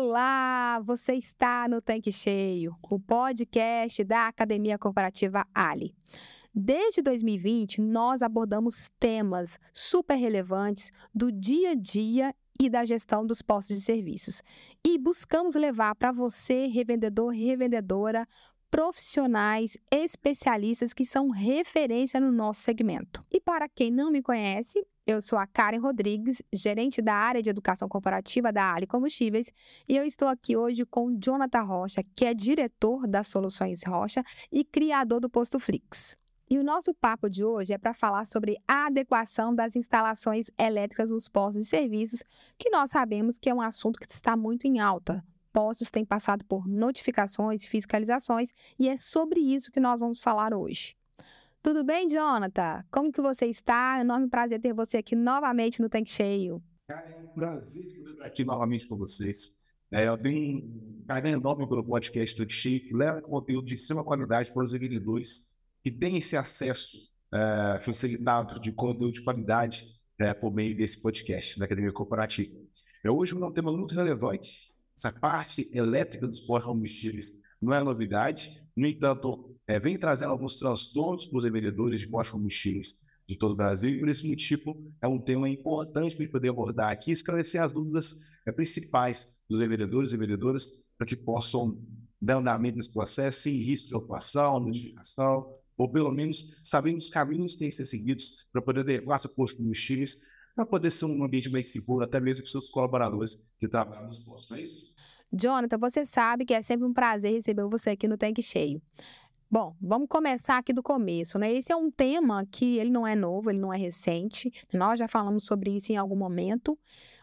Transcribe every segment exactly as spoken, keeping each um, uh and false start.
Olá, você está no Tanque Cheio, o podcast da Academia Corporativa Ali. Desde dois mil e vinte, nós abordamos temas super relevantes do dia a dia e da gestão dos postos de serviços. E buscamos levar para você, revendedor e revendedora, profissionais, especialistas que são referência no nosso segmento. E para quem não me conhece, eu sou a Karen Rodrigues, gerente da área de educação corporativa da Ali Combustíveis, e eu estou aqui hoje com o Jonathan Rocha, que é diretor das Soluções Rocha e criador do Posto Flix. E o nosso papo de hoje é para falar sobre a adequação das instalações elétricas nos postos de serviços, que nós sabemos que é um assunto que está muito em alta. Postos têm passado por notificações, fiscalizações, e é sobre isso que nós vamos falar hoje. Tudo bem, Jonathan? Como que você está? É um enorme prazer ter você aqui novamente no Tanque Cheio. Cara, é um prazer estar aqui novamente com vocês. É, eu tenho um carinho enorme pelo podcast Tanque Cheio, que leva conteúdo de extrema qualidade para os vendedores que têm esse acesso é, facilitado de conteúdo de qualidade é, por meio desse podcast da Academia Corporativa. Eu hoje vou um tema muito relevante. Essa parte elétrica dos postos de combustíveis não é novidade, no entanto, é, vem trazendo alguns transtornos para os vendedores de postos de combustíveis de todo o Brasil, e por esse motivo é um tema importante para a gente poder abordar aqui e esclarecer as dúvidas é, principais dos vendedores e vendedoras para que possam dar andamento nesse processo sem risco de ocupação, notificação, ou pelo menos sabendo os caminhos que têm que ser seguidos para poder adequar seu posto de combustíveis, para poder ser um ambiente mais seguro, até mesmo para os seus colaboradores que trabalham nos postos, não é isso? Jonathan, você sabe que é sempre um prazer receber você aqui no Tanque Cheio. Bom, vamos começar aqui do começo, né? Esse é um tema que ele não é novo, ele não é recente. Nós já falamos sobre isso em algum momento.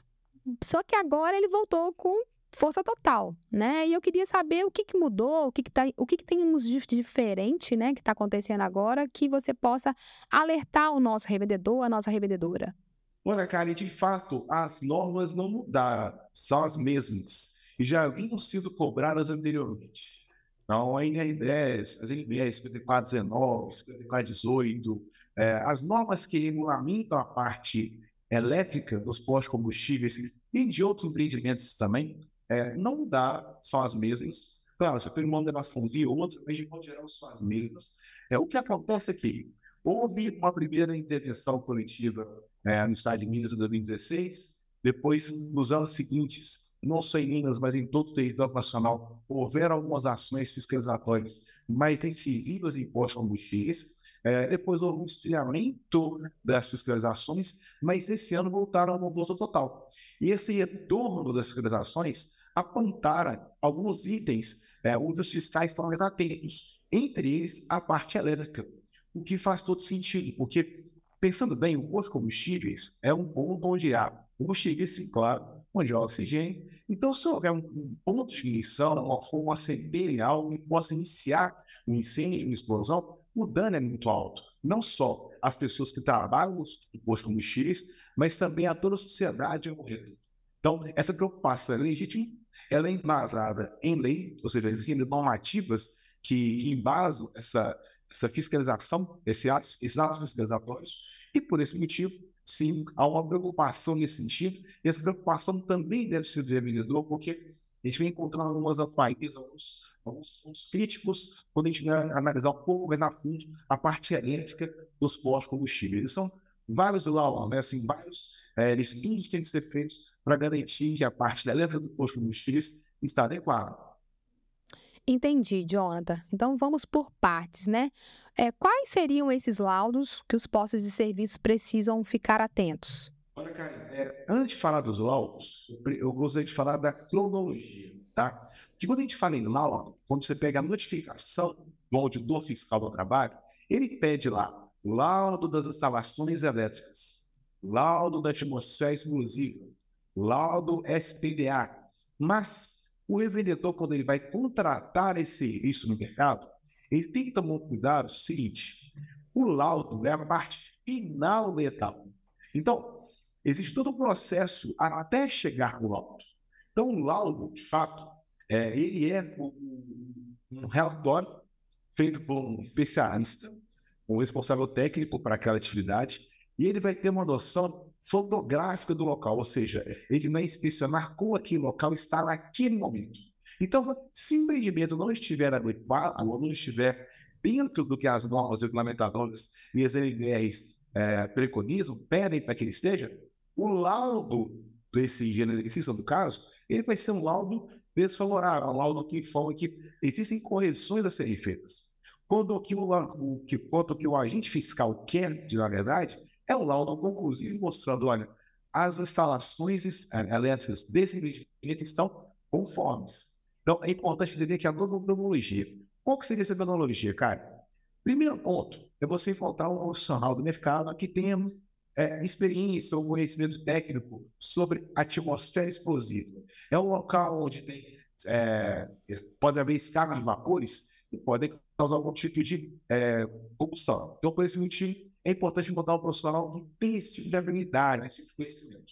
Só que agora ele voltou com força total, né? E eu queria saber o que, que mudou, o que, que, tá, o que, que temos de diferente, né? Que está acontecendo agora, que você possa alertar o nosso revendedor, a nossa revendedora. Olha, cara, e de fato, as normas não mudaram, são as mesmas, e já haviam sido cobradas anteriormente. Então, a N R dez, as N B S cinquenta e quatro dezenove, cinquenta e quatro dezoito, é, as normas que regulamentam a parte elétrica dos postos de combustíveis e de outros empreendimentos também, é, não mudaram, são as mesmas. Claro, você tem uma moderaçãozinha e outra, mas de modo geral são as mesmas. É, o que acontece aqui? Houve uma primeira intervenção coletiva é, no estado de Minas em dois mil e dezesseis, depois, nos anos seguintes, não só em Minas, mas em todo o território nacional, houveram algumas ações fiscalizatórias mais incisivas em postos de combustíveis. É, depois houve um esfriamento das fiscalizações, mas esse ano voltaram a uma força total. E esse retorno das fiscalizações apontaram alguns itens é, onde os fiscais estão mais atentos, entre eles a parte elétrica, o que faz todo sentido, porque, pensando bem, o posto de combustíveis é um ponto onde há combustíveis, claro, onde há oxigênio. Então, se houver um, um ponto de ignição, uma forma acender algo que possa iniciar um incêndio, uma explosão, o dano é muito alto. Não só às pessoas que trabalham no posto de combustíveis, mas também a toda a sociedade ao redor. Então, essa preocupação é legítima, ela é embasada em lei, ou seja, existem normativas que, que embasam essa, essa fiscalização, esse atos, esses atos fiscalizatórios, e por esse motivo, sim, há uma preocupação nesse sentido, e essa preocupação também deve ser do vendedor, porque a gente vem encontrando algumas afaídas, alguns, alguns pontos críticos, quando a gente vai analisar um pouco mais a fundo a parte elétrica dos postos de combustíveis. E são vários laudos, né, assim, vários é, estudos que têm que ser feitos para garantir que a parte elétrica do posto de combustíveis está adequada. Entendi, Jonathan. Então vamos por partes, né? É, quais seriam esses laudos que os postos de serviço precisam ficar atentos? Olha, Karen, é, antes de falar dos laudos, eu, eu gostaria de falar da cronologia, tá? Porque quando a gente fala em laudo, quando você pega a notificação do auditor fiscal do trabalho, ele pede lá o laudo das instalações elétricas, laudo da atmosfera explosiva, laudo S P D A. Mas o revendedor, quando ele vai contratar esse serviço no mercado, ele tem que tomar um cuidado seguinte: o laudo é a parte final da etapa. Então, existe todo um processo até chegar no laudo. Então, o laudo, de fato, é, ele é um, um relatório feito por um especialista, um responsável técnico para aquela atividade, e ele vai ter uma noção fotográfica do local, ou seja, ele vai inspecionar como aquele local está naquele momento. Então, se o empreendimento não estiver adequado ou não estiver dentro do que as normas regulamentadoras e as N B Rs é, preconizam, pedem para que ele esteja, o laudo desse genericista, no caso, ele vai ser um laudo desfavorável, um laudo que informa que existem correções a serem feitas. Quando o que o, o, que, quando o, que o agente fiscal quer, de, na verdade, é um laudo conclusivo mostrando, olha, as instalações elétricas desse empreendimento estão conformes. Então, é importante entender que a metodologia. Qual que seria essa metodologia, cara? Primeiro ponto é você encontrar um profissional do mercado que tenha é, experiência ou conhecimento técnico sobre atmosfera explosiva. É um local onde tem, é, pode haver escape de vapores que podem causar algum tipo de é, combustão. Então, por esse motivo, é importante encontrar um profissional que tenha esse tipo de habilidade, esse tipo de conhecimento.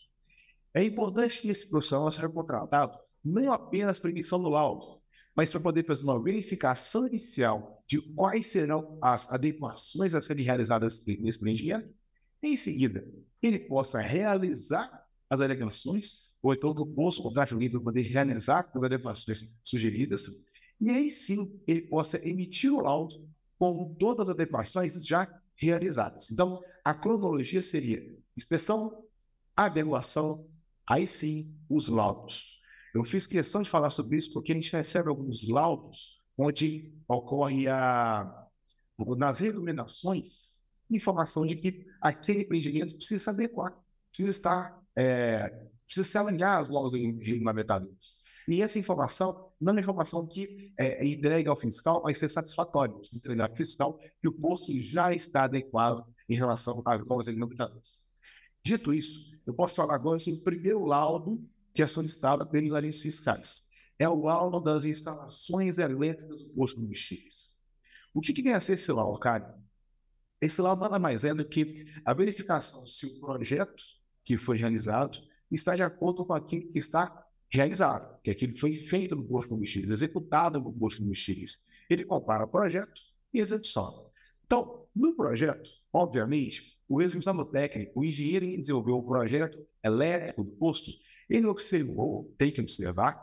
É importante que esse profissional seja contratado não apenas para emissão do laudo, mas para poder fazer uma verificação inicial de quais serão as adequações a serem realizadas nesse empreendimento. Em seguida, ele possa realizar as adequações, ou então que o posto contrate alguém para poder realizar as adequações sugeridas, e aí sim ele possa emitir o laudo com todas as adequações já realizadas. Então, a cronologia seria inspeção, adequação, aí sim os laudos. Eu fiz questão de falar sobre isso porque a gente recebe alguns laudos onde ocorre a, nas recomendações informação de que aquele empreendimento precisa se adequar, precisa estar, é, precisa se alinhar às normas regulamentadoras. E essa informação não é uma informação que é entregue ao fiscal, vai ser satisfatória. Você entregar ao fiscal que o posto já está adequado em relação às normas regulamentadoras. Dito isso, eu posso falar agora sobre o primeiro laudo que é solicitado pelos agentes fiscais. É o laudo das instalações elétricas do posto de combustíveis. O que, que vem a ser esse laudo, cara? Esse laudo nada mais é do que a verificação se o projeto que foi realizado está de acordo com aquilo que está realizado, que é aquilo que foi feito no posto de combustíveis, executado no posto de combustíveis. Ele compara projeto e execução. Então, no projeto, obviamente, o responsável técnico, o engenheiro que desenvolveu o projeto elétrico do posto, ele observou, tem que observar,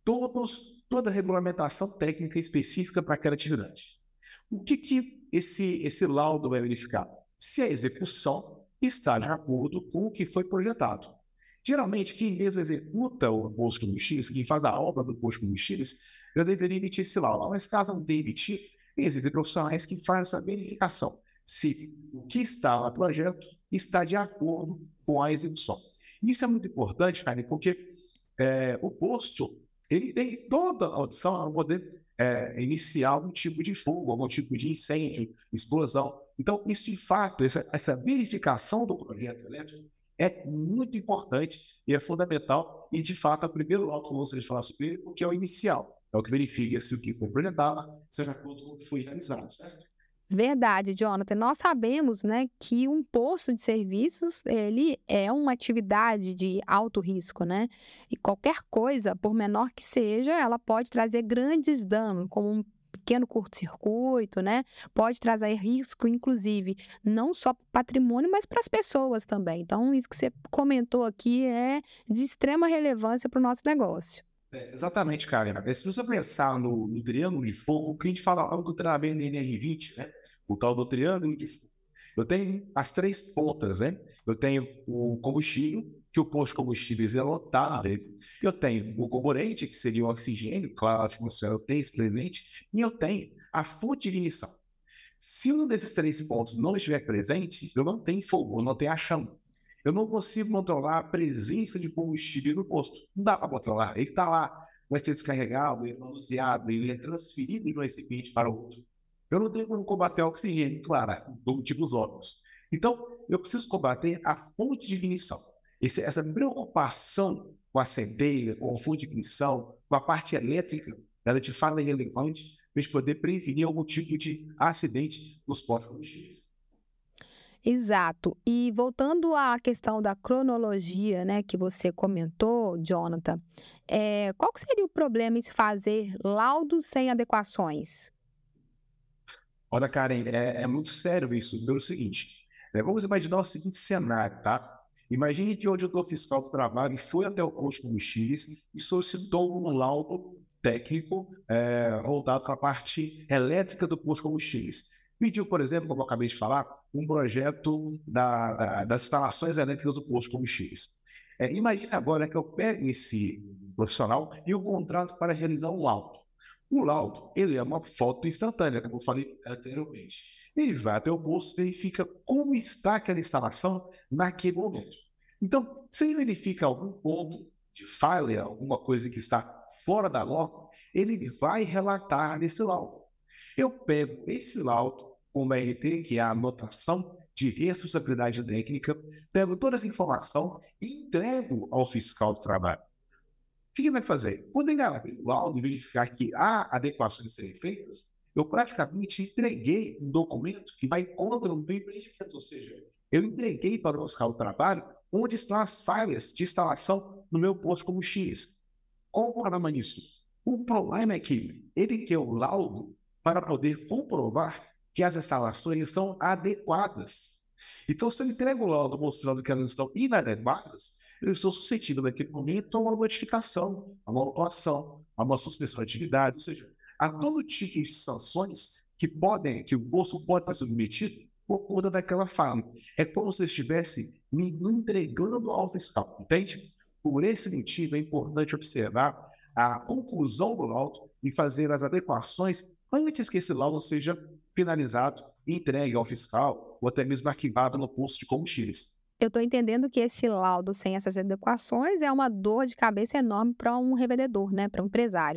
todos, toda a regulamentação técnica específica para aquela atividade. O que, que esse, esse laudo vai verificar? Se a execução está de acordo com o que foi projetado. Geralmente, quem mesmo executa o posto de combustíveis, quem faz a obra do posto de combustíveis, já deveria emitir esse laudo. Mas caso não tenha emitir, existem profissionais que fazem essa verificação. Se o que está no projeto está de acordo com a execução. Isso é muito importante, cara, porque é, o posto ele tem toda a audição para poder é, iniciar algum tipo de fogo, algum tipo de incêndio, explosão. Então, isso de fato, essa, essa verificação do projeto elétrico é muito importante e é fundamental. E, de fato, é o primeiro laudo que eu gostaria de falar sobre ele, porque é o inicial. É o que verifica se o que foi projetado seja de acordo com o que foi realizado, certo? Verdade, Jonathan. Nós sabemos, né, que um posto de serviços, ele é uma atividade de alto risco, né? E qualquer coisa, por menor que seja, ela pode trazer grandes danos, como um pequeno curto-circuito, né? Pode trazer risco, inclusive, não só para o patrimônio, mas para as pessoas também. Então, isso que você comentou aqui é de extrema relevância para o nosso negócio. É, exatamente, Karina. Se você pensar no, no triângulo de fogo, que a gente fala do treinamento da N R vinte, né? O tal do triângulo de fogo. Eu tenho as três pontas, né? Eu tenho o combustível, que o posto de combustíveis é lotado. Eu tenho o comburente, que seria o oxigênio, claro, a atmosfera tem esse presente, e eu tenho a fonte de ignição. Se um desses três pontos não estiver presente, eu não tenho fogo, eu não tenho a chama. Eu não consigo controlar a presença de combustível no posto. Não dá para controlar. Ele está lá, vai ser descarregado, ele é manuseado, ele é transferido de um recipiente para o outro. Eu não tenho como combater o oxigênio, claro, como tipo os órgãos. Então, eu preciso combater a fonte de ignição. Esse, essa preocupação com a centelha, com a fonte de ignição, com a parte elétrica, ela de fato é relevante para a gente poder prevenir algum tipo de acidente nos postos de combustíveis. Exato. E voltando à questão da cronologia, né, que você comentou, Jonathan, é, qual que seria o problema em se fazer laudos sem adequações? Olha, Karen, é, é muito sério isso, pelo seguinte, né, vamos imaginar o seguinte cenário, tá? Imagine que o auditor fiscal do trabalho foi até o posto de combustíveis e solicitou um laudo técnico é, voltado para a parte elétrica do posto de combustíveis. Pediu, por exemplo, como eu acabei de falar, um projeto da, da, das instalações elétricas do posto de combustíveis. É, imagine agora que eu pego esse profissional e o contrato para realizar um laudo. O laudo, ele é uma foto instantânea, como eu falei anteriormente. Ele vai até o posto, verifica como está aquela instalação naquele momento. Então, se ele verifica algum ponto de falha, alguma coisa que está fora da norma, ele vai relatar nesse laudo. Eu pego esse laudo com o R T, que é a anotação de responsabilidade técnica, pego toda essa informação e entrego ao fiscal do trabalho. O que ele vai fazer? Quando ele abrir o laudo e verificar que há adequações a serem feitas, eu praticamente entreguei um documento que vai contra o meu empreendimento, ou seja, eu entreguei para o fiscal do trabalho onde estão as falhas de instalação no meu posto de combustíveis. Qual o problema nisso? O problema é que ele quer o laudo para poder comprovar que as instalações estão adequadas. Então, se eu entrego o laudo mostrando que elas estão inadequadas, eu estou suscetível naquele momento a uma notificação, a uma autuação, a uma suspensão de atividade, ou seja, a todo tipo de sanções que podem, que o posto pode ser submetido por conta daquela falha. É como se eu estivesse me entregando ao fiscal, entende? Por esse motivo, é importante observar a conclusão do laudo e fazer as adequações antes que esse laudo seja finalizado e entregue ao fiscal ou até mesmo arquivado no posto de combustíveis. Eu estou entendendo que esse laudo sem essas adequações é uma dor de cabeça enorme para um revendedor, né, para um empresário.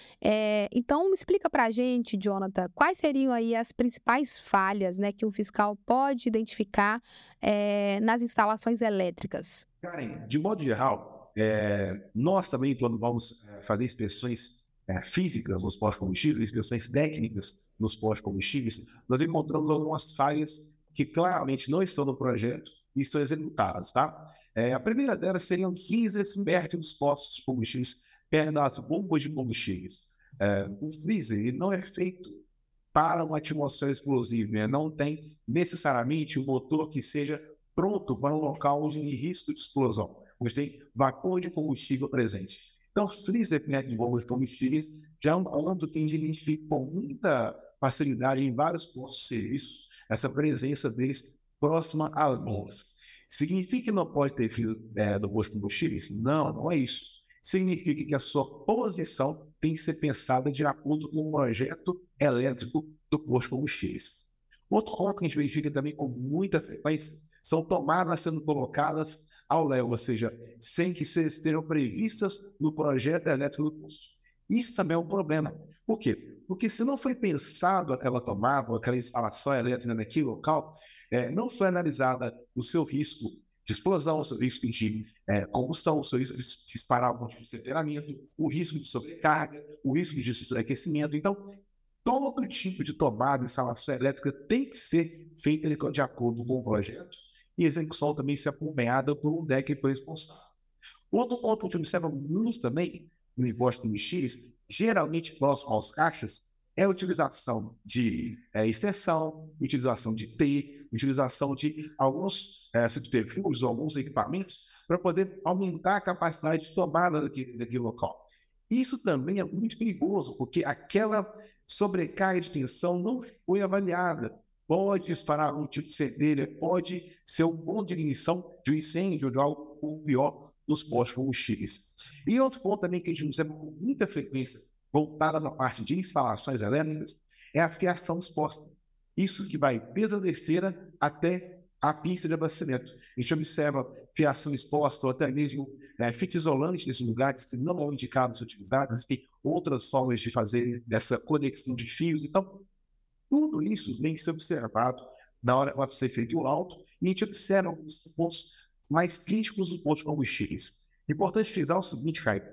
É, então, me explica para a gente, Jonathan, quais seriam aí as principais falhas, né, que um fiscal pode identificar é, nas instalações elétricas? Karen, de modo geral, é, nós também, quando vamos é, fazer inspeções é, físicas nos postos de combustíveis, inspeções técnicas nos postos de combustíveis, nós encontramos algumas falhas que claramente não estão no projeto e estão executadas, tá? É, a primeira delas seriam freezers perto dos postos de combustíveis, perto das bombas de combustíveis. É, o freezer ele não é feito para uma atmosfera explosiva, né? Não tem necessariamente um motor que seja pronto para um local onde tem risco de explosão, onde tem vapor de combustível presente. Então, freezer perto de bombas de combustíveis já é um ponto que a gente identifica com muita facilidade em vários postos de serviço, essa presença deles próxima às bombas. Significa que não pode ter freezer é, no posto de combustíveis? Não, não é isso. Significa que a sua posição tem que ser pensada de acordo com o projeto elétrico do posto de combustíveis. Outro ponto que a gente verifica também com muita frequência são tomadas sendo colocadas ao léu, ou seja, sem que estejam previstas no projeto elétrico do posto. Isso também é um problema. Por quê? Porque se não foi pensado aquela tomada, aquela instalação elétrica naquele local, é, não foi analisada o seu risco de explosão, o seu risco de é, combustão, o seu risco de disparar algum tipo de temperamento, o risco de sobrecarga, o risco de superaquecimento. Então, todo tipo de tomada, instalação elétrica tem que ser feita de acordo com o projeto e a execução também ser acompanhada por um técnico responsável. Outro ponto que a gente observa muito também no imposto de combustíveis, geralmente próximo aos caixas, é a utilização de é, extensão, utilização de T, utilização de alguns é, subterfúgios, alguns equipamentos, para poder aumentar a capacidade de tomada daquele, daquele local. Isso também é muito perigoso, porque aquela sobrecarga de tensão não foi avaliada. Pode disparar algum tipo de centelha, pode ser um ponto de ignição de um incêndio ou de algo pior nos postos de combustíveis. E outro ponto também que a gente observa com muita frequência, voltada na parte de instalações elétricas, é a fiação exposta. Isso que vai desde a desceira até a pista de abastecimento. A gente observa fiação exposta ou até mesmo é, fita isolante nesses lugares que não são indicados ser utilizados. Existem outras formas de fazer essa conexão de fios. Então, tudo isso tem que ser observado na hora que vai ser feito o laudo e a gente observa alguns pontos mais críticos do posto de combustíveis. Importante frisar o seguinte, Caio,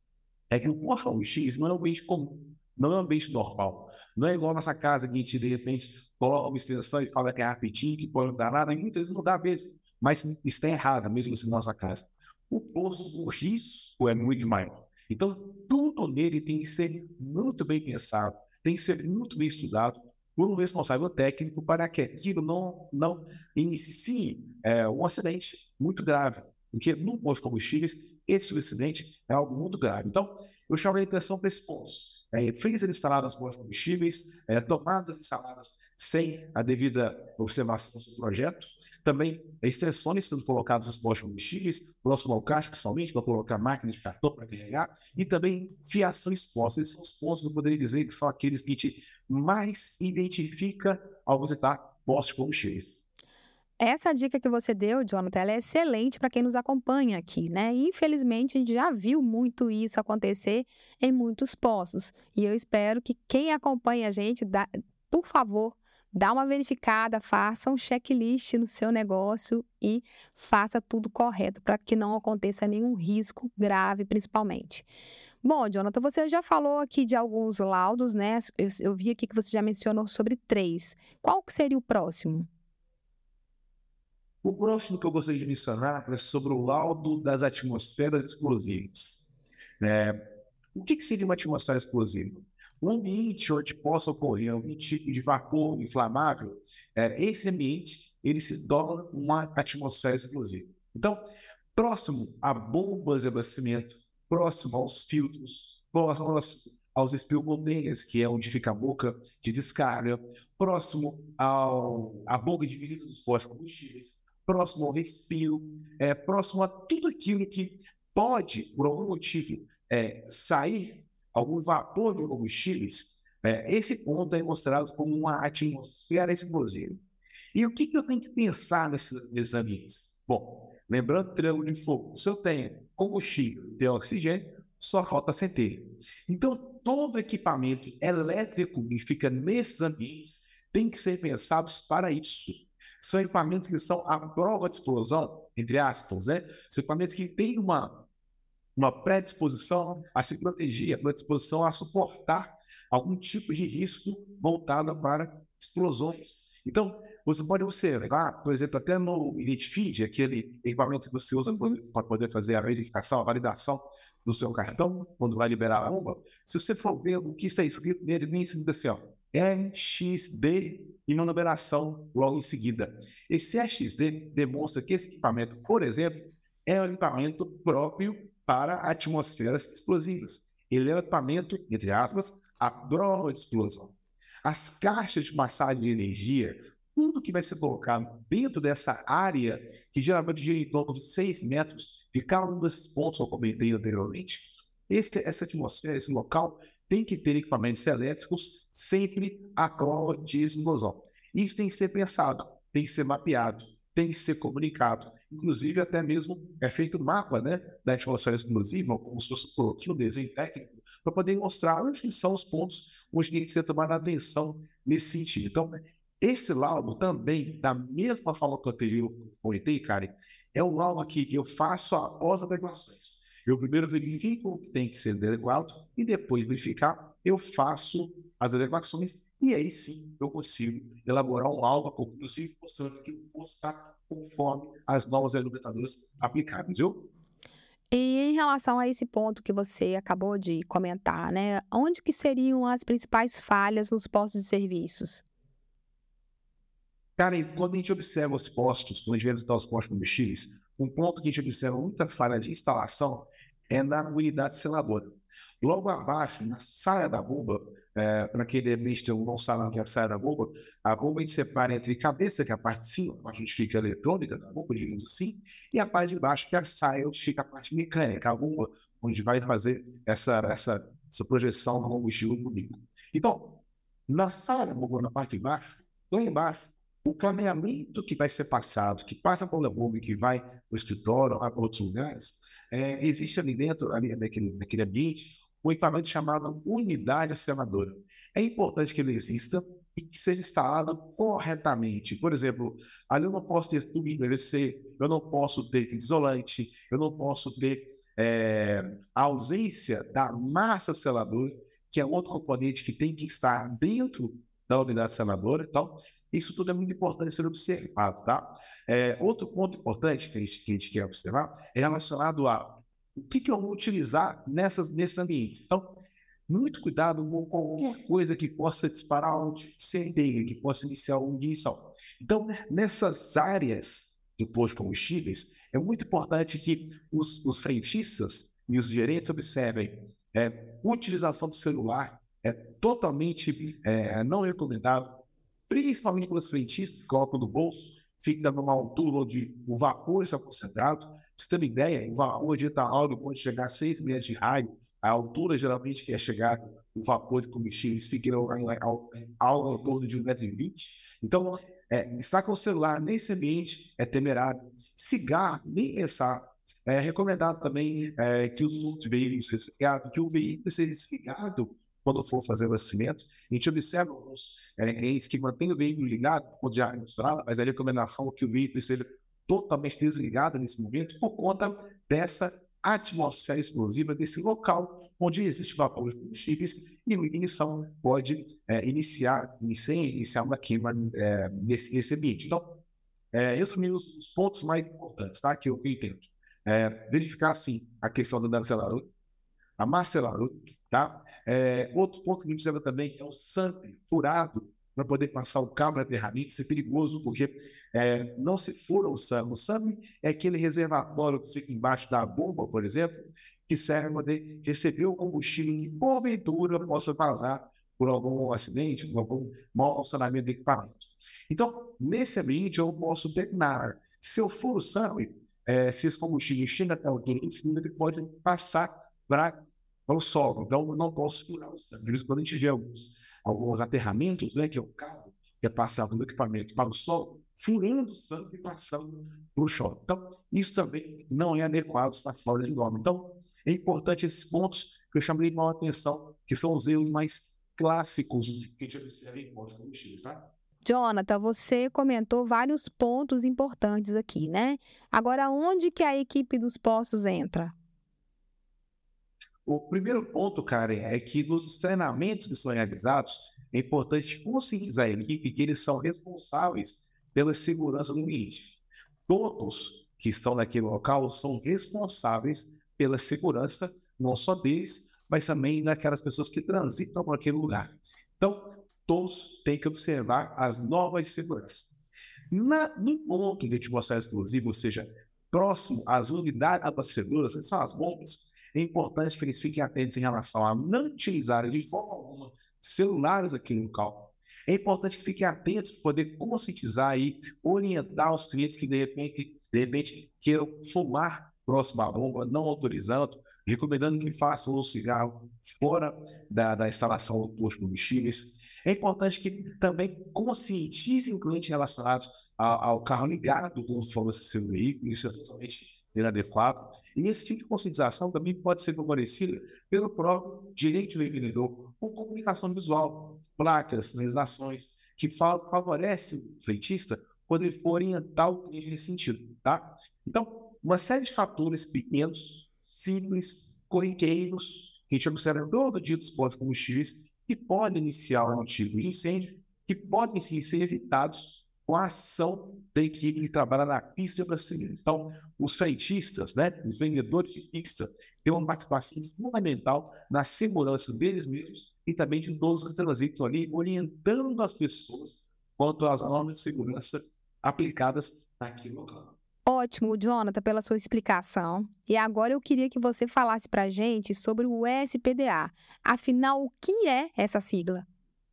é que o posto de combustíveis não é um ambiente comum, não é um ambiente normal. Não é igual a nossa casa que a gente, de repente, coloca uma extensão e fala que é rapidinho, que pode não dar nada, e muitas vezes não dá mesmo, mas está errado mesmo assim na nossa casa. O posto, o risco é muito maior. Então, tudo nele tem que ser muito bem pensado, tem que ser muito bem estudado, por um responsável técnico para que aquilo não, não inicie é, um acidente muito grave. Porque no posto de combustíveis, esse acidente é algo muito grave. Então, eu chamo a atenção para esse ponto. É, freezer instalado nos postos de combustíveis, é, tomadas instaladas sem a devida observação do projeto, também extensões sendo colocadas nos postos de combustíveis, próximo ao caixa, principalmente, para colocar máquina de cartão para carregar, e também fiação exposta. Esses são os pontos que eu poderia dizer que são aqueles que a gente mais identifica ao visitar postos de combustíveis. Essa dica que você deu, Jonathan, ela é excelente para quem nos acompanha aqui, né? Infelizmente, a gente já viu muito isso acontecer em muitos postos. E eu espero que quem acompanha a gente, dá- por favor, dá uma verificada, faça um checklist no seu negócio e faça tudo correto para que não aconteça nenhum risco grave, principalmente. Bom, Jonathan, você já falou aqui de alguns laudos, né? Eu, eu vi aqui que você já mencionou sobre três. Qual que seria o próximo? O próximo que eu gostaria de mencionar é sobre o laudo das atmosferas explosivas. É, o que, que seria uma atmosfera explosiva? Um ambiente onde possa ocorrer algum tipo de vapor inflamável, é, esse ambiente ele se torna uma atmosfera explosiva. Então, próximo a bombas de abastecimento, próximo aos filtros, próximo aos spill containers, que é onde fica a boca de descarga, próximo ao, à boca de visita dos postos de combustíveis, próximo ao respiro, é, próximo a tudo aquilo que pode, por algum motivo, é, sair algum vapor de combustíveis, é, esse ponto é mostrado como uma atmosfera explosiva. E o que, que eu tenho que pensar nesses, nesses ambientes? Bom, lembrando do triângulo de fogo, se eu tenho combustível e tenho oxigênio, só falta centelha. Então, todo equipamento elétrico que fica nesses ambientes tem que ser pensado para isso. São equipamentos que são à prova de explosão, entre aspas, né? São equipamentos que têm uma, uma predisposição a se proteger, a predisposição a suportar algum tipo de risco voltado para explosões. Então, você pode observar, por exemplo, até no Identifeed, aquele equipamento que você usa para poder fazer a verificação, a validação do seu cartão, quando vai liberar a bomba, se você for ver o que está escrito nele, vem escrito assim, ó, R X D e uma numeração logo em seguida. Esse R X D demonstra que esse equipamento, por exemplo, é um equipamento próprio para atmosferas explosivas. Ele é um equipamento, entre aspas, à prova de explosão. As caixas de passagem de energia, tudo que vai ser colocado dentro dessa área, que geralmente gira em torno de seis metros, de cada um desses pontos que eu comentei anteriormente, esse, essa atmosfera, esse local, tem que ter equipamentos elétricos sempre à prova de explosão. Isso tem que ser pensado, tem que ser mapeado, tem que ser comunicado. Inclusive, até mesmo é feito um mapa, né, da atmosfera explosiva, como se fosse um desenho técnico, para poder mostrar onde são os pontos onde tem que ser tomada atenção nesse sentido. Então, esse laudo também, da mesma forma que o anterior comentei, Karen, é um laudo que eu faço após adequações. Eu primeiro verifico o que tem que ser adequado e depois verificar, eu faço as adequações e aí sim eu consigo elaborar um laudo conclusivo mostrando que o posto está conforme as novas regulamentadoras aplicadas, viu? E em relação a esse ponto que você acabou de comentar, né? Onde que seriam as principais falhas nos postos de serviços? Cara, e quando a gente observa os postos, quando a gente vai visitar os postos de combustíveis, um ponto que a gente observa muita falha de instalação é na unidade seladora. Logo abaixo, na saia da bomba, é, para quem de repente não sabe o que é a saia da bomba, a bomba a gente separa entre cabeça, que é a parte de cima, a parte onde fica a eletrônica da bomba, digamos assim, e a parte de baixo, que é a saia, onde fica a parte mecânica, a bomba, onde vai fazer essa, essa, essa projeção do combustível no líquido. Então, na saia da bomba, na parte de baixo, lá embaixo, o caminhamento que vai ser passado, que passa pela bomba e que vai para o escritório, vai para outros lugares, é, existe ali dentro, ali naquele, naquele ambiente, um equipamento chamado unidade seladora. É importante que ele exista e que seja instalado corretamente. Por exemplo, ali eu não posso ter tubo de P V C, eu não posso ter fita isolante, eu não posso ter é, a ausência da massa seladora, que é outro componente que tem que estar dentro da unidade seladora. Então, isso tudo é muito importante ser observado, tá? É, outro ponto importante que a, gente, que a gente quer observar é relacionado a o que, que eu vou utilizar nessas, nesses ambientes. Então, muito cuidado com qualquer coisa que possa disparar um centeio, que possa iniciar uma ignição. Então, nessas áreas do posto de combustíveis, é muito importante que os, os frentistas e os gerentes observem é, utilização do celular é totalmente é, não recomendado, principalmente pelos frentistas que colocam no bolso, fica numa altura onde o vapor está concentrado. Pra você ter uma ideia, o vapor de etanol pode chegar a seis metros de raio. A altura, geralmente, que é chegar o vapor de combustíveis fica algo em torno de um metro e vinte. Então, é, estar com o celular nesse ambiente é temerário. Cigarro, nem pensar. É recomendado também é, que os outros veículos desligados, que o veículo seja desligado quando for fazer o abastecimento. A gente observa alguns é, clientes que mantêm o veículo ligado quando já é misturado, mas a recomendação é que o veículo seja totalmente desligado nesse momento por conta dessa atmosfera explosiva desse local onde existe vapor de combustíveis e a ignição pode é, iniciar, iniciar, iniciar uma queima é, nesse, nesse ambiente. Então, é, esses são os, os pontos mais importantes, tá? Que eu, que eu entendo. É, verificar, sim, a questão do acelerador, a marcelador, tá? É, outro ponto que a gente observa também é o sangue furado para poder passar o cabo de aterramento. Isso é perigoso porque é, não se fura o SAM. O SAM é aquele reservatório que fica embaixo da bomba, por exemplo, que serve para poder receber o combustível que, porventura, possa vazar por algum acidente, por algum mau funcionamento do equipamento. Então, nesse ambiente, eu posso determinar se eu furo o SAM, é, se esse combustível chega até o túnel infinito, ele pode passar para o solo. Então, eu não posso furar o SAM. Por isso, quando a gente vê alguns, alguns aterramentos, né, que é o cabo que é passado do equipamento para o solo, furando o SAM e passando para o chão. Então, isso também não é adequado, está fora de norma. Então, é importante esses pontos que eu chamei de maior atenção, que são os erros mais clássicos que a gente observa em postos de combustíveis, tá? Jonathan, você comentou vários pontos importantes aqui, né? Agora, onde que a equipe dos postos entra? O primeiro ponto, Karen, é que nos treinamentos que são realizados, é importante conscientizar a equipe que eles são responsáveis pela segurança do ambiente. Todos que estão naquele local são responsáveis pela segurança, não só deles, mas também daquelas pessoas que transitam por aquele lugar. Então, todos têm que observar as normas de segurança. Na, no ponto de atmosfera explosiva, ou seja, próximo às unidades abastecedoras, que são as bombas, é importante que eles fiquem atentos em relação a não utilizarem de forma alguma celulares aqui no local. É importante que fiquem atentos para poder conscientizar e orientar os clientes que de repente, de repente queiram fumar próximo à bomba, não autorizando, recomendando que façam o cigarro fora da, da instalação do posto de combustíveis. É importante que também conscientizem o cliente relacionado ao, ao carro ligado quando for abastecer o veículo. Isso é totalmente inadequado. E esse tipo de conscientização também pode ser favorecido pelo próprio direito do vendedor, com comunicação visual, placas, legislações, que favorecem o frentista quando ele for orientar o cliente nesse sentido, tá? Então, uma série de fatores pequenos, simples, corriqueiros, que a gente observa todo dia dos postos de combustíveis, que podem iniciar um tipo de incêndio, que podem sim ser evitados com a ação da equipe que trabalha na pista de abastecimento. Então, os frentistas, né, os vendedores de pista, têm uma participação fundamental na segurança deles mesmos e também de todos que transitam ali, orientando as pessoas quanto às normas de segurança aplicadas naquele local. Ótimo, Jonathan, pela sua explicação. E agora eu queria que você falasse para a gente sobre o S P D A. Afinal, o que é essa sigla?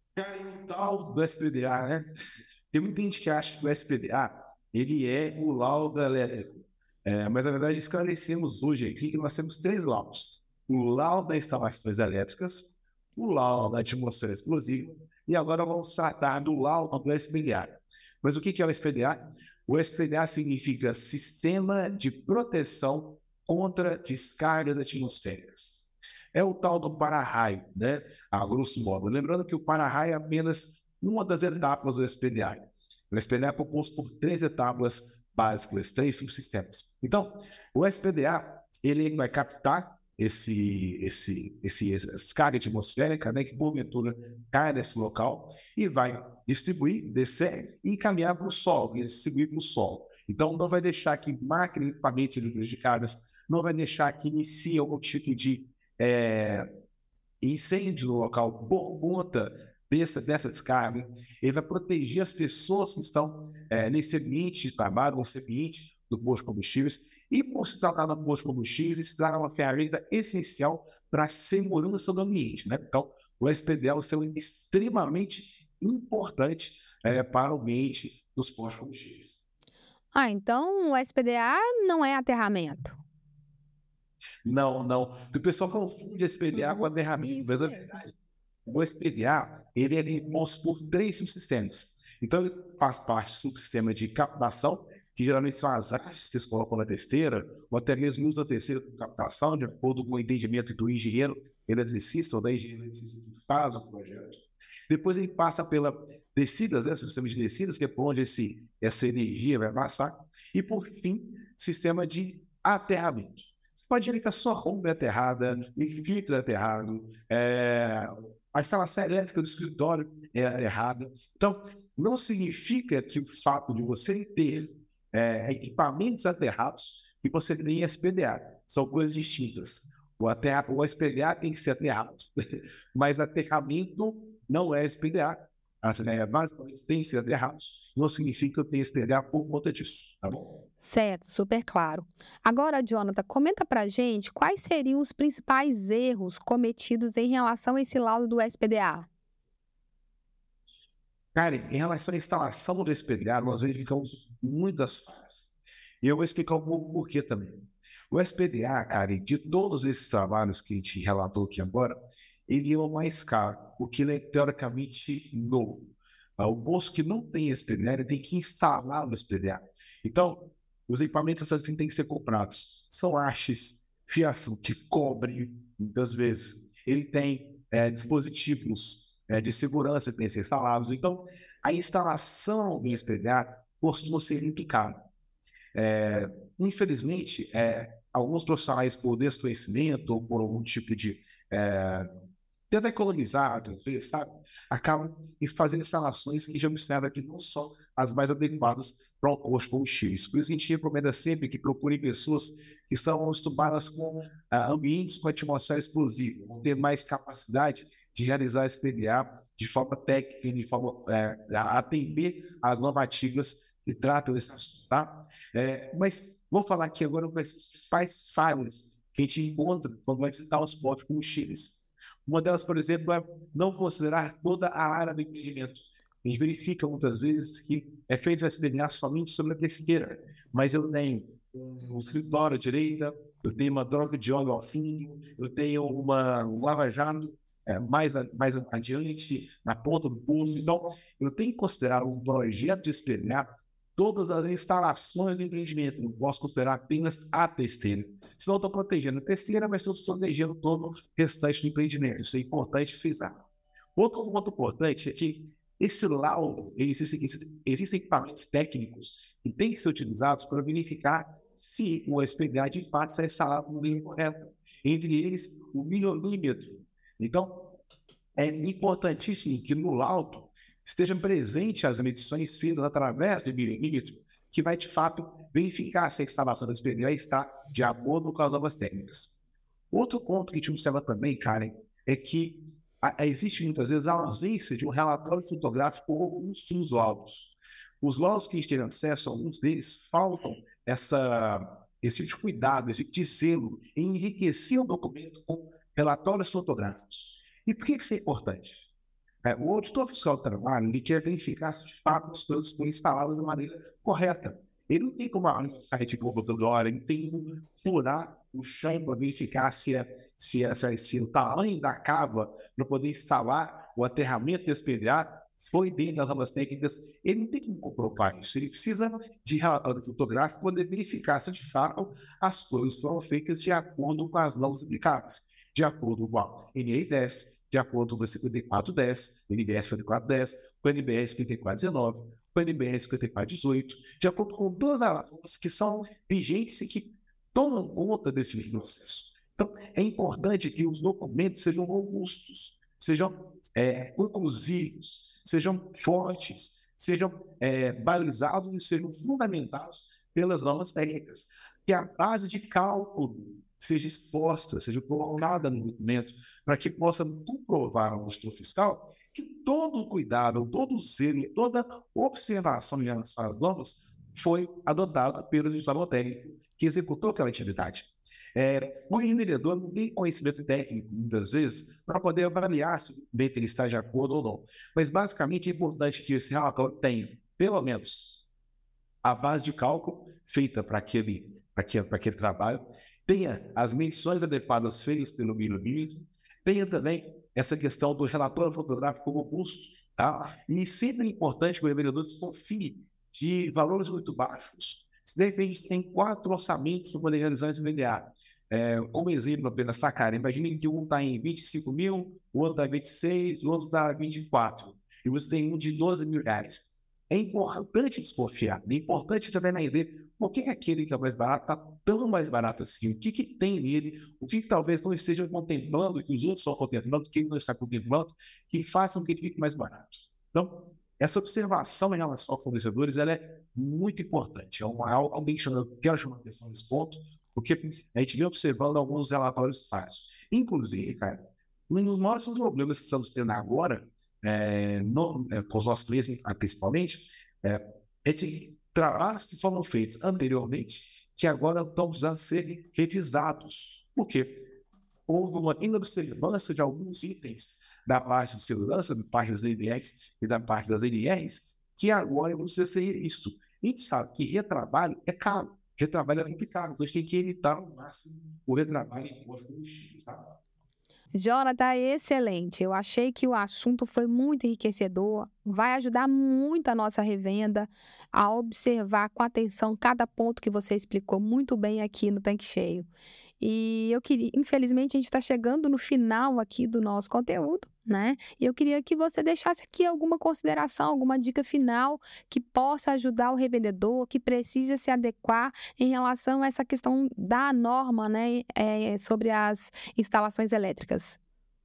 É o tal do S P D A, né? Tem muita gente que acha que o S P D A ele é o laudo elétrico. É, mas, na verdade, esclarecemos hoje aqui que nós temos três laudos. O laudo das instalações elétricas, o laudo da atmosfera explosiva e agora vamos tratar do laudo do S P D A. Mas o que é o S P D A? O S P D A significa Sistema de Proteção contra Descargas Atmosféricas. É o tal do para-raio, né? A grosso modo. Lembrando que o para-raio é apenas uma das etapas do S P D A. O S P D A é composto por três etapas básicas, três subsistemas. Então, o S P D A ele vai captar esse, esse, esse, essa descarga atmosférica, né, que porventura cai nesse local e vai distribuir, descer e encaminhar para o solo, distribuir para o solo. Então, não vai deixar que máquinas e equipamentos sejam prejudicadas, não vai deixar que inicie algum tipo de é, incêndio no local por conta dessa, dessa descarga, ele vai proteger as pessoas que estão é, nesse ambiente de trabalho, nesse ambiente do posto de combustíveis, e por se tratar do posto de combustíveis, isso será uma ferramenta essencial para a segurança do ambiente, né? Então, o S P D A é um sistema extremamente importante é, para o ambiente dos postos de combustíveis. Ah, então o S P D A não é aterramento. Não, não. O pessoal confunde S P D A Uhum, com aterramento, isso mas na mesmo. verdade, o S P D A ele é composto por três subsistemas. Então, ele faz parte do subsistema de captação, que geralmente são as hastes que eles colocam na testeira, ou até mesmo usa a testeira de captação, de acordo com o entendimento do engenheiro eletricista ou da engenheira eletricista que faz o projeto. Depois ele passa pela descidas, né, sistema de descidas, que é por onde esse, essa energia vai passar. E, por fim, sistema de aterramento. Você pode ver que a sua bomba é aterrada, o filtro é aterrado, é, a instalação elétrica do escritório é aterrada. Então, não significa que o fato de você ter é, equipamentos aterrados que você tem S P D A. São coisas distintas. O, aterra, o S P D A tem que ser aterrado, mas aterramento não é S P D A. É, basicamente tem que ser aterrados. Não significa que eu tenho S P D A por conta disso, tá bom? Certo, super claro. Agora, Jonathan, comenta pra gente quais seriam os principais erros cometidos em relação a esse laudo do S P D A. Cara, em relação à instalação do S P D A, nós verificamos muitas falhas. E eu vou explicar um pouco por quê também. O S P D A, cara, de todos esses trabalhos que a gente relatou aqui agora, ele é o mais caro, porque ele é teoricamente novo. O posto que não tem S P D A, ele tem que instalar o S P D A. Então, os equipamentos assim têm que ser comprados. São hastes, fiação de cobre, muitas vezes. Ele tem é, dispositivos é, de segurança que têm que ser instalados. Então, a instalação do S P D A costuma ser muito cara. É, infelizmente, é, alguns profissionais, por desconhecimento ou por algum tipo de é, tentar economizar, às vezes, sabe? Acabam fazendo instalações que já observam que não são as mais adequadas para o posto de combustíveis. Por isso a gente recomenda sempre que procurem pessoas que são acostumadas com uh, ambientes com atmosfera explosiva, vão ter mais capacidade de realizar S P D A de forma técnica, de forma uh, a atender às normativas que tratam desse assunto, tá? É, mas vamos falar aqui agora com as principais falhas que a gente encontra quando vai visitar os postos de combustíveis. Uma delas, por exemplo, é não considerar toda a área do empreendimento. A gente verifica muitas vezes que é feito o S P D A somente sobre a pesqueira, mas eu tenho um escritório à direita, eu tenho uma droga de óleo ao fundo, eu tenho uma, um lava-jato é, mais, mais adiante, na ponta do poço. Então, eu tenho que considerar um projeto de S P D A todas as instalações do empreendimento, não posso considerar apenas a testeira. Senão eu estou protegendo a testeira, mas estou protegendo todo o restante do empreendimento. Isso é importante frisar. Outro ponto importante é que esse laudo, existem, existem equipamentos técnicos que têm que ser utilizados para verificar se o S P D A de fato está instalado no nível correto. Entre eles, o milímetro. Então, é importantíssimo que no laudo estejam presentes as medições feitas através do milímetro, que vai, de fato, verificar se a instalação do S P D A está de acordo com as novas técnicas. Outro ponto que a gente observa também, Karen, é que a, existe muitas vezes a ausência de um relatório fotográfico robusto nos laudos. Os laudos que a gente tem acesso, alguns deles, faltam essa, esse tipo de cuidado, esse tipo de zelo em enriquecer o documento com relatórios fotográficos. E por que isso é importante? É, o auditor fiscal do trabalho, ele quer verificar se de fato as coisas foram instaladas da maneira correta. Ele não tem como abrir um site Google toda hora, ele tem como furar o chão para verificar se, é, se, é, se, é, se o tamanho da cava para poder instalar o aterramento desse S P D A foi dentro das novas técnicas. Ele não tem como comprovar isso. Ele precisa de relatório fotográfico para poder verificar se de fato as coisas foram feitas de acordo com as normas aplicáveis, de acordo com a N R dez, de acordo com o cinquenta e quatro dez, N B S cinquenta e quatro dez, com o N B S cinquenta e quatro dezenove, com o N B S cinquenta e quatro dezoito, de acordo com todas as normas que são vigentes e que tomam conta desse processo. Então, é importante que os documentos sejam robustos, sejam é, conclusivos, sejam fortes, sejam é, balizados e sejam fundamentados pelas normas técnicas, que é a base de cálculo seja exposta, seja colocada no documento, para que possa comprovar ao gestor fiscal que todo o cuidado, todo o zelo, toda observação em relação às normas foi adotado pelo responsável técnico que executou aquela atividade. É, o revendedor não tem conhecimento técnico, muitas vezes, para poder avaliar se o documento ele está de acordo ou não. Mas, basicamente, é importante que esse relatório tenha, pelo menos, a base de cálculo feita para aquele, para aquele, para aquele trabalho, tenha as medições adequadas feitas pelo milímetro, tenha também essa questão do relatório fotográfico robusto, tá? E sempre é importante que o revendedor desconfie de valores muito baixos. Se de repente tem quatro orçamentos para poder realizar esse V D A, é, como exemplo apenas, tá, cara? Imagine que um está em vinte e cinco mil, o outro está em vinte e seis, o outro está em vinte e quatro, e você tem um de doze mil reais. É importante desconfiar, é importante também entender por que aquele que é mais barato está tão mais barato assim, o que, que tem nele, o que, que talvez não estejam contemplando, que os outros estão contemplando, que ele não está contemplando, que façam com que ele fique mais barato. Então, essa observação em relação aos fornecedores ela é muito importante. É uma, algo que eu quero chamar a atenção nesse ponto, porque a gente vem observando alguns relatórios falsos. Inclusive, cara, um dos maiores problemas que estamos tendo agora, é, no, é, com os nossos clientes principalmente, é, é de trabalhos que foram feitos anteriormente, que agora estão precisando ser revisados. Por quê? Houve uma inobservância de alguns itens da parte de segurança, da parte das N Rs e da parte das N Rs, que agora precisa ser revisto. A gente sabe que retrabalho é caro, retrabalho é complicado, então a gente tem que evitar ao máximo o retrabalho em imposto de combustíveis, tá? Jonathan, excelente. Eu achei que o assunto foi muito enriquecedor, vai ajudar muito a nossa revenda a observar com atenção cada ponto que você explicou muito bem aqui no Tanque Cheio. E eu queria, infelizmente, a gente está chegando no final aqui do nosso conteúdo, né? E eu queria que você deixasse aqui alguma consideração, alguma dica final que possa ajudar o revendedor, que precisa se adequar em relação a essa questão da norma, né, é, sobre as instalações elétricas.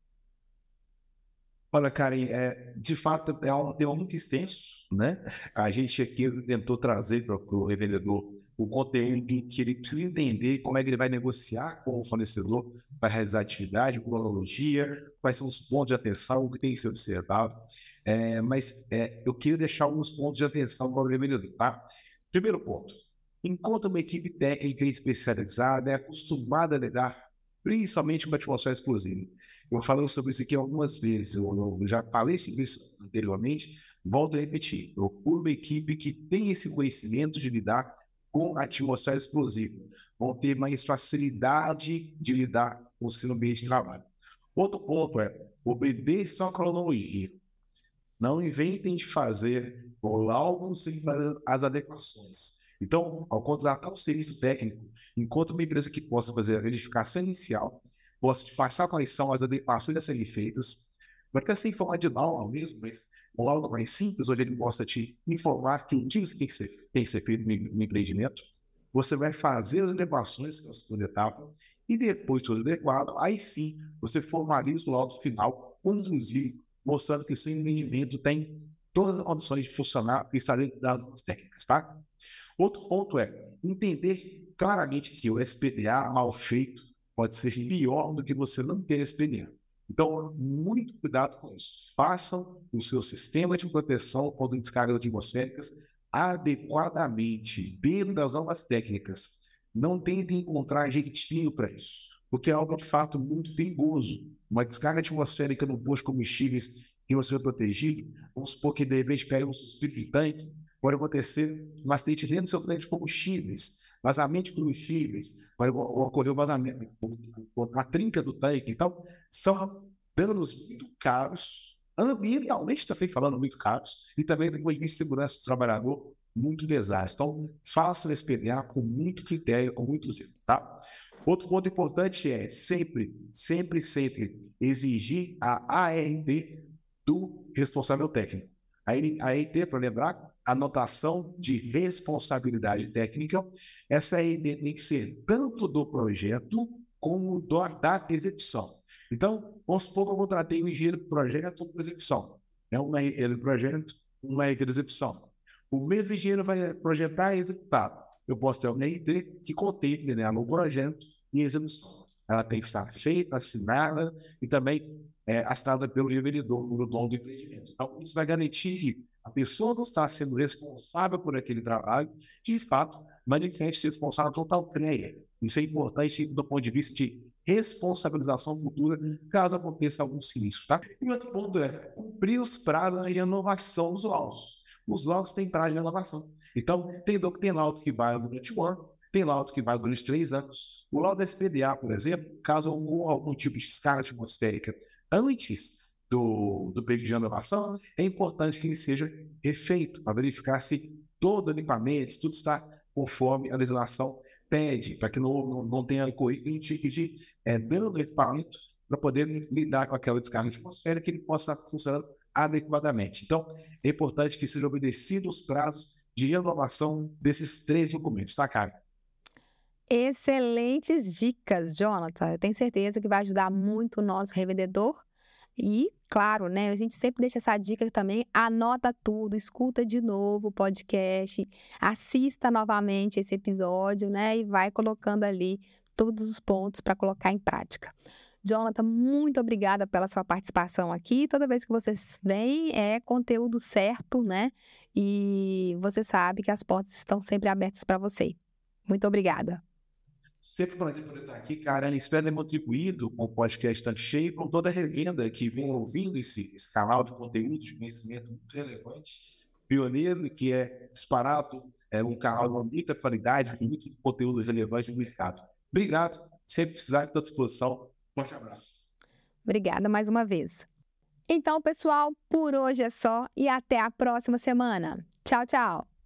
Olha, Karen, é, de fato é um tema muito extenso, né? A gente aqui tentou trazer para o revendedor o conteúdo que ele precisa entender como é que ele vai negociar com o fornecedor para realizar a atividade, cronologia, quais são os pontos de atenção, o que tem que ser observado. É, mas é, eu queria deixar alguns pontos de atenção para o revendedor, tá? Primeiro ponto, enquanto uma equipe técnica especializada é acostumada a lidar principalmente com a atmosfera explosiva. Eu falei sobre isso aqui algumas vezes, eu, eu já falei sobre isso anteriormente, volto a repetir, procuro uma equipe que tem esse conhecimento de lidar com a atmosfera explosiva, vão ter mais facilidade de lidar com o seu ambiente de trabalho. Outro ponto é, obedeça a cronologia. Não inventem de fazer o laudo sem fazer as adequações. Então, ao contratar um serviço técnico, enquanto uma empresa que possa fazer a verificação inicial, possa te passar quais são as adequações a serem feitas, vai até ser em forma de laudo mesmo, mas um laudo mais simples, onde ele possa te informar que o que tem que ser, tem que ser feito no empreendimento, você vai fazer as adequações, que é a segunda etapa, e depois de tudo adequado, aí sim, você formaliza o laudo final, inclusive mostrando que o seu empreendimento tem todas as condições de funcionar e estar dentro das normas técnicas, tá? Outro ponto é entender claramente que o S P D A mal feito pode ser pior do que você não ter S P D A. Então, muito cuidado com isso. Façam o seu sistema de proteção contra descargas atmosféricas adequadamente, dentro das normas técnicas. Não tentem encontrar jeitinho para isso, porque é algo de fato muito perigoso. Uma descarga atmosférica no posto de combustíveis que você vai proteger, vamos supor que de repente caiu um suspiro de tanque, pode acontecer um acidente dentro do seu tanque de combustíveis, vazamento de combustíveis, pode ocorrer o vazamento, a trinca do tanque. Então, são danos muito caros, ambientalmente também falando muito caros, e também do ponto de vista de segurança do trabalhador, muito pesados. Então, façam esse P D A com muito critério, com muito zelo, tá? Outro ponto importante é sempre, sempre, sempre exigir a A R T do responsável técnico. A A R T, para lembrar, anotação de responsabilidade técnica, essa A R T tem que ser tanto do projeto como do, da execução. Então, vamos supor que eu contratei um engenheiro de projeto para execução. É uma engenheiro de projeto, uma engenheiro de execução. O mesmo engenheiro vai projetar e executar. Eu posso ter uma A R T que contemple, né, no projeto e execução. Ela tem que estar feita, assinada e também é, assinada pelo revendedor, pelo dono do empreendimento. Então, isso vai garantir que a pessoa não está sendo responsável por aquele trabalho, que, de fato, manifeste ser responsável por tal CREA. Isso é importante do ponto de vista de responsabilização futura, caso aconteça algum sinistro. Tá? E outro ponto é cumprir os prazos de renovação dos laudos. Os laudos têm prazo de renovação. Então, tem, tem laudo que vai durante um ano, tem laudo que vai durante três anos. O laudo S P D A, por exemplo, caso ocorra algum tipo de descarga atmosférica antes do, do período de renovação, é importante que ele seja refeito para verificar se todo o equipamento, se tudo está conforme a legislação pede, para que não, não, não tenha ocorrido nenhum tipo de é, dano do equipamento para poder lidar com aquela descarga atmosférica que ele possa estar funcionando adequadamente. Então, é importante que sejam obedecidos os prazos de renovação desses três documentos, tá, cara? Excelentes dicas, Jonathan. Eu tenho certeza que vai ajudar muito o nosso revendedor. E, claro, né, a gente sempre deixa essa dica também, anota tudo, escuta de novo o podcast, assista novamente esse episódio, né, e vai colocando ali todos os pontos para colocar em prática. Jonathan, muito obrigada pela sua participação aqui. Toda vez que vocês vêm, é conteúdo certo, né? E você sabe que as portas estão sempre abertas para você. Muito obrigada. Sempre um prazer poder estar aqui, cara. Espero ter contribuído com o podcast Tanque Cheio, com toda a revenda que vem ouvindo esse, esse canal de conteúdo, de conhecimento muito relevante, pioneiro, que é disparado, é um canal de muita qualidade, com muito conteúdo relevante no mercado. Obrigado. Sempre precisar, estou à disposição. Forte abraço. Obrigada mais uma vez. Então, pessoal, por hoje é só e até a próxima semana. Tchau, tchau.